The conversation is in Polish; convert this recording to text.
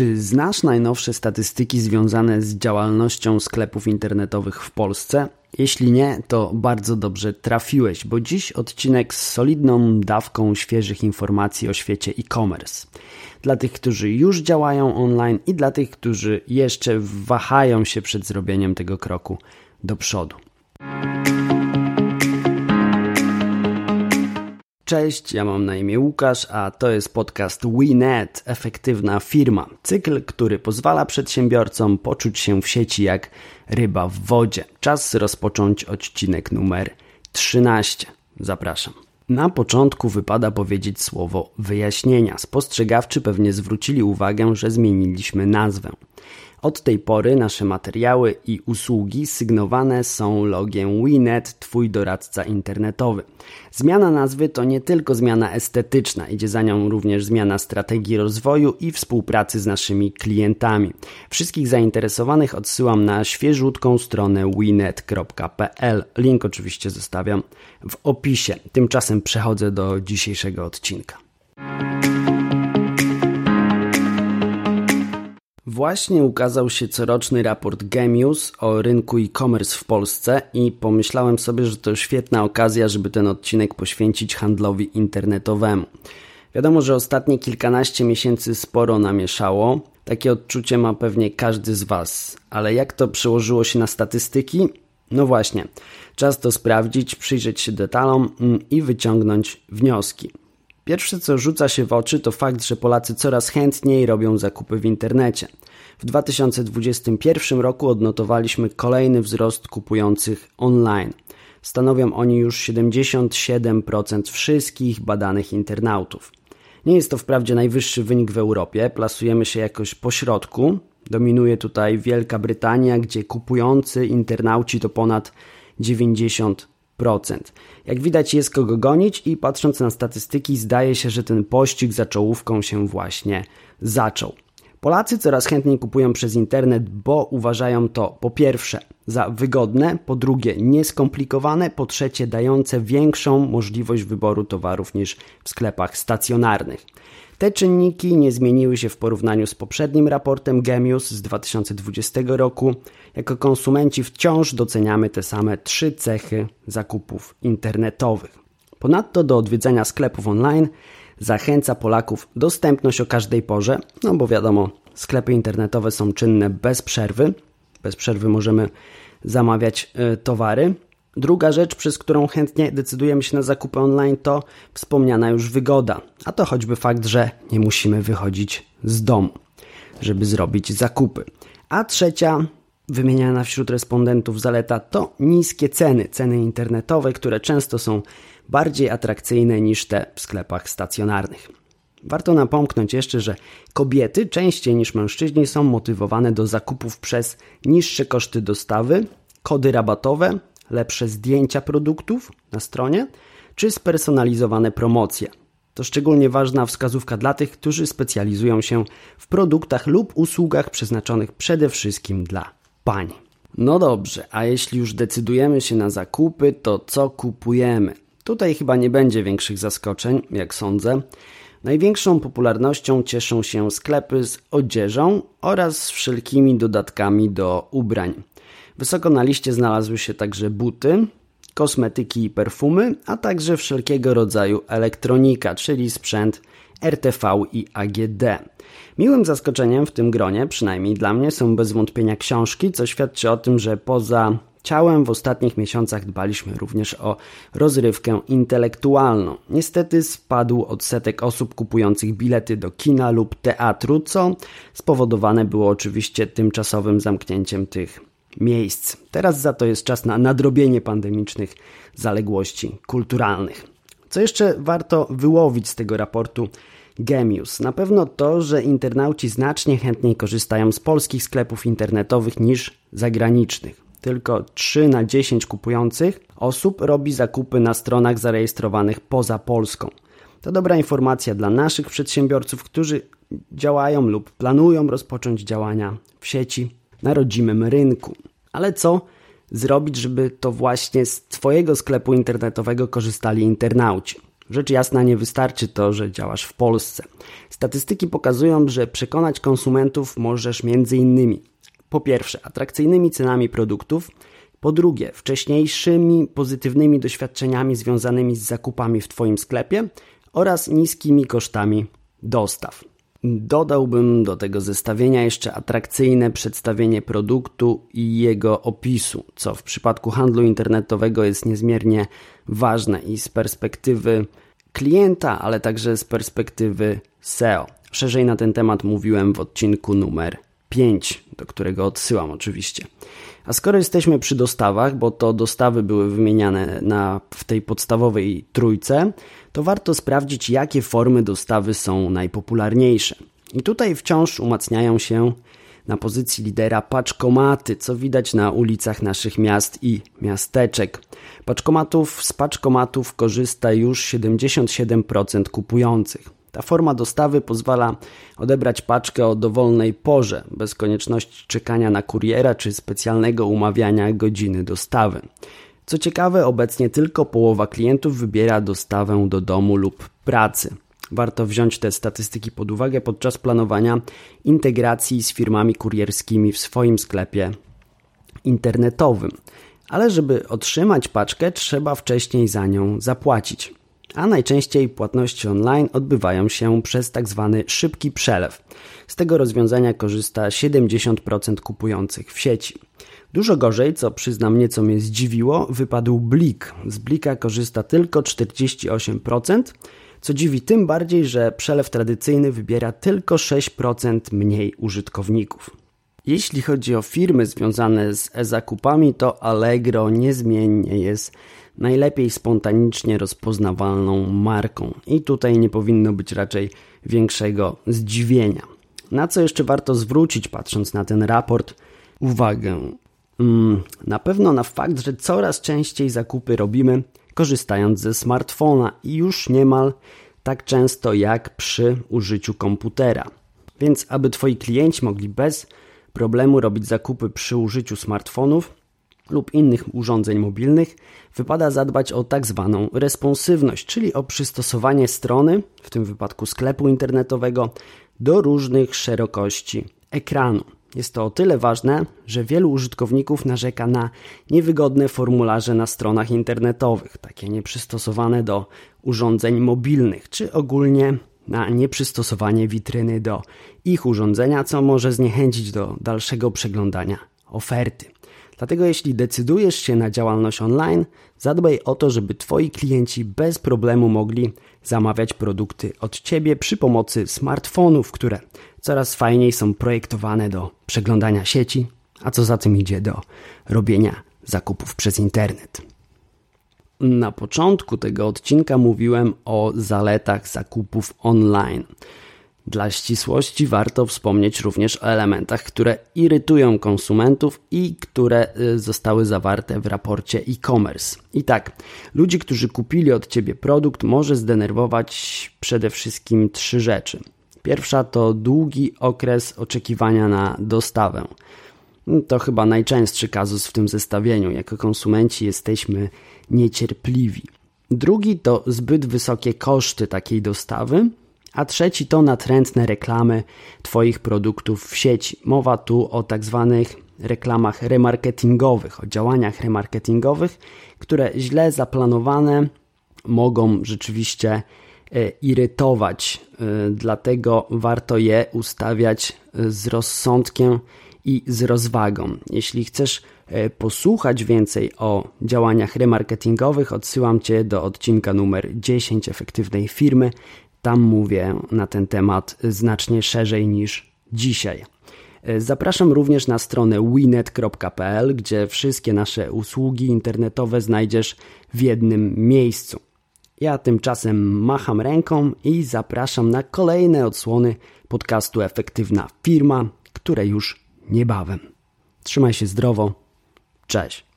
Czy znasz najnowsze statystyki związane z działalnością sklepów internetowych w Polsce? Jeśli nie, to bardzo dobrze trafiłeś, bo dziś odcinek z solidną dawką świeżych informacji o świecie e-commerce. Dla tych, którzy już działają online i dla tych, którzy jeszcze wahają się przed zrobieniem tego kroku do przodu. Cześć, ja mam na imię Łukasz, a to jest podcast WeNet, efektywna firma. Cykl, który pozwala przedsiębiorcom poczuć się w sieci jak ryba w wodzie. Czas rozpocząć odcinek numer 13. Zapraszam. Na początku wypada powiedzieć słowo wyjaśnienia. Spostrzegawczy pewnie zwrócili uwagę, że zmieniliśmy nazwę. Od tej pory nasze materiały i usługi sygnowane są logiem WeNet, Twój doradca internetowy. Zmiana nazwy to nie tylko zmiana estetyczna, idzie za nią również zmiana strategii rozwoju i współpracy z naszymi klientami. Wszystkich zainteresowanych odsyłam na świeżutką stronę wenet.pl. Link oczywiście zostawiam w opisie. Tymczasem przechodzę do dzisiejszego odcinka. Właśnie ukazał się coroczny raport Gemius o rynku e-commerce w Polsce i pomyślałem sobie, że to świetna okazja, żeby ten odcinek poświęcić handlowi internetowemu. Wiadomo, że ostatnie kilkanaście miesięcy sporo namieszało. Takie odczucie ma pewnie każdy z Was. Ale jak to przełożyło się na statystyki? No właśnie, czas to sprawdzić, przyjrzeć się detalom i wyciągnąć wnioski. Pierwsze, co rzuca się w oczy, to fakt, że Polacy coraz chętniej robią zakupy w internecie. W 2021 roku odnotowaliśmy kolejny wzrost kupujących online. Stanowią oni już 77% wszystkich badanych internautów. Nie jest to wprawdzie najwyższy wynik w Europie, plasujemy się jakoś pośrodku. Dominuje tutaj Wielka Brytania, gdzie kupujący internauci to ponad 90%. Jak widać, jest kogo gonić i patrząc na statystyki zdaje się, że ten pościg za czołówką się właśnie zaczął. Polacy coraz chętniej kupują przez internet, bo uważają to po pierwsze za wygodne, po drugie nieskomplikowane, po trzecie dające większą możliwość wyboru towarów niż w sklepach stacjonarnych. Te czynniki nie zmieniły się w porównaniu z poprzednim raportem Gemius z 2020 roku. Jako konsumenci wciąż doceniamy te same 3 cechy zakupów internetowych. Ponadto do odwiedzania sklepów online zachęca Polaków dostępność o każdej porze, no bo wiadomo, sklepy internetowe są czynne bez przerwy. Bez przerwy możemy zamawiać towary. Druga rzecz, przez którą chętnie decydujemy się na zakupy online, to wspomniana już wygoda. A to choćby fakt, że nie musimy wychodzić z domu, żeby zrobić zakupy. A trzecia, wymieniana wśród respondentów zaleta, to niskie ceny. Ceny internetowe, które często są bardziej atrakcyjne niż te w sklepach stacjonarnych. Warto napomknąć jeszcze, że kobiety częściej niż mężczyźni są motywowane do zakupów przez niższe koszty dostawy, kody rabatowe, lepsze zdjęcia produktów na stronie, czy spersonalizowane promocje. To szczególnie ważna wskazówka dla tych, którzy specjalizują się w produktach lub usługach przeznaczonych przede wszystkim dla pań. No dobrze, a jeśli już decydujemy się na zakupy, to co kupujemy? Tutaj chyba nie będzie większych zaskoczeń, jak sądzę. Największą popularnością cieszą się sklepy z odzieżą oraz wszelkimi dodatkami do ubrań. Wysoko na liście znalazły się także buty, kosmetyki i perfumy, a także wszelkiego rodzaju elektronika, czyli sprzęt RTV i AGD. Miłym zaskoczeniem w tym gronie, przynajmniej dla mnie, są bez wątpienia książki, co świadczy o tym, że poza ciałem w ostatnich miesiącach dbaliśmy również o rozrywkę intelektualną. Niestety spadł odsetek osób kupujących bilety do kina lub teatru, co spowodowane było oczywiście tymczasowym zamknięciem tych miejsc. Teraz za to jest czas na nadrobienie pandemicznych zaległości kulturalnych. Co jeszcze warto wyłowić z tego raportu Gemius? Na pewno to, że internauci znacznie chętniej korzystają z polskich sklepów internetowych niż zagranicznych. Tylko 3 na 10 kupujących osób robi zakupy na stronach zarejestrowanych poza Polską. To dobra informacja dla naszych przedsiębiorców, którzy działają lub planują rozpocząć działania w sieci na rodzimym rynku. Ale co zrobić, żeby to właśnie z Twojego sklepu internetowego korzystali internauci? Rzecz jasna, nie wystarczy to, że działasz w Polsce. Statystyki pokazują, że przekonać konsumentów możesz m.in. po pierwsze atrakcyjnymi cenami produktów, po drugie wcześniejszymi pozytywnymi doświadczeniami związanymi z zakupami w Twoim sklepie oraz niskimi kosztami dostaw. Dodałbym do tego zestawienia jeszcze atrakcyjne przedstawienie produktu i jego opisu, co w przypadku handlu internetowego jest niezmiernie ważne i z perspektywy klienta, ale także z perspektywy SEO. Szerzej na ten temat mówiłem w odcinku numer 5, do którego odsyłam oczywiście. A skoro jesteśmy przy dostawach, bo to dostawy były wymieniane w tej podstawowej trójce, to warto sprawdzić, jakie formy dostawy są najpopularniejsze. I tutaj wciąż umacniają się na pozycji lidera paczkomaty, co widać na ulicach naszych miast i miasteczek. Z paczkomatów korzysta już 77% kupujących. Ta forma dostawy pozwala odebrać paczkę o dowolnej porze, bez konieczności czekania na kuriera czy specjalnego umawiania godziny dostawy. Co ciekawe, obecnie tylko połowa klientów wybiera dostawę do domu lub pracy. Warto wziąć te statystyki pod uwagę podczas planowania integracji z firmami kurierskimi w swoim sklepie internetowym. Ale żeby otrzymać paczkę, trzeba wcześniej za nią zapłacić. A najczęściej płatności online odbywają się przez tak zwany szybki przelew. Z tego rozwiązania korzysta 70% kupujących w sieci. Dużo gorzej, co przyznam nieco mnie zdziwiło, wypadł Blik. Z Blika korzysta tylko 48%, co dziwi tym bardziej, że przelew tradycyjny wybiera tylko 6% mniej użytkowników. Jeśli chodzi o firmy związane z e-zakupami, to Allegro niezmiennie jest najlepiej spontanicznie rozpoznawalną marką i tutaj nie powinno być raczej większego zdziwienia. Na co jeszcze warto zwrócić, patrząc na ten raport, uwagę? Na pewno na fakt, że coraz częściej zakupy robimy korzystając ze smartfona i już niemal tak często jak przy użyciu komputera. Więc aby Twoi klienci mogli bez problemu robić zakupy przy użyciu smartfonów lub innych urządzeń mobilnych, wypada zadbać o tak zwaną responsywność, czyli o przystosowanie strony, w tym wypadku sklepu internetowego, do różnych szerokości ekranu. Jest to o tyle ważne, że wielu użytkowników narzeka na niewygodne formularze na stronach internetowych, takie nieprzystosowane do urządzeń mobilnych, czy ogólnie na nieprzystosowanie witryny do ich urządzenia, co może zniechęcić do dalszego przeglądania oferty. Dlatego jeśli decydujesz się na działalność online, zadbaj o to, żeby Twoi klienci bez problemu mogli zamawiać produkty od Ciebie przy pomocy smartfonów, które coraz fajniej są projektowane do przeglądania sieci, a co za tym idzie do robienia zakupów przez internet. Na początku tego odcinka mówiłem o zaletach zakupów online. Dla ścisłości warto wspomnieć również o elementach, które irytują konsumentów i które zostały zawarte w raporcie e-commerce. I tak, ludzi, którzy kupili od Ciebie produkt, może zdenerwować przede wszystkim 3 rzeczy. Pierwsza to długi okres oczekiwania na dostawę. To chyba najczęstszy kazus w tym zestawieniu. Jako konsumenci jesteśmy niecierpliwi. Drugi to zbyt wysokie koszty takiej dostawy. A trzeci to natrętne reklamy Twoich produktów w sieci. Mowa tu o tak zwanych reklamach remarketingowych, o działaniach remarketingowych, które źle zaplanowane mogą rzeczywiście irytować. Dlatego warto je ustawiać z rozsądkiem i z rozwagą. Jeśli chcesz posłuchać więcej o działaniach remarketingowych, odsyłam Cię do odcinka numer 10 Efektywnej Firmy. Tam mówię na ten temat znacznie szerzej niż dzisiaj. Zapraszam również na stronę winet.pl, gdzie wszystkie nasze usługi internetowe znajdziesz w jednym miejscu. Ja tymczasem macham ręką i zapraszam na kolejne odsłony podcastu Efektywna Firma, które już niebawem. Trzymaj się zdrowo. Cześć.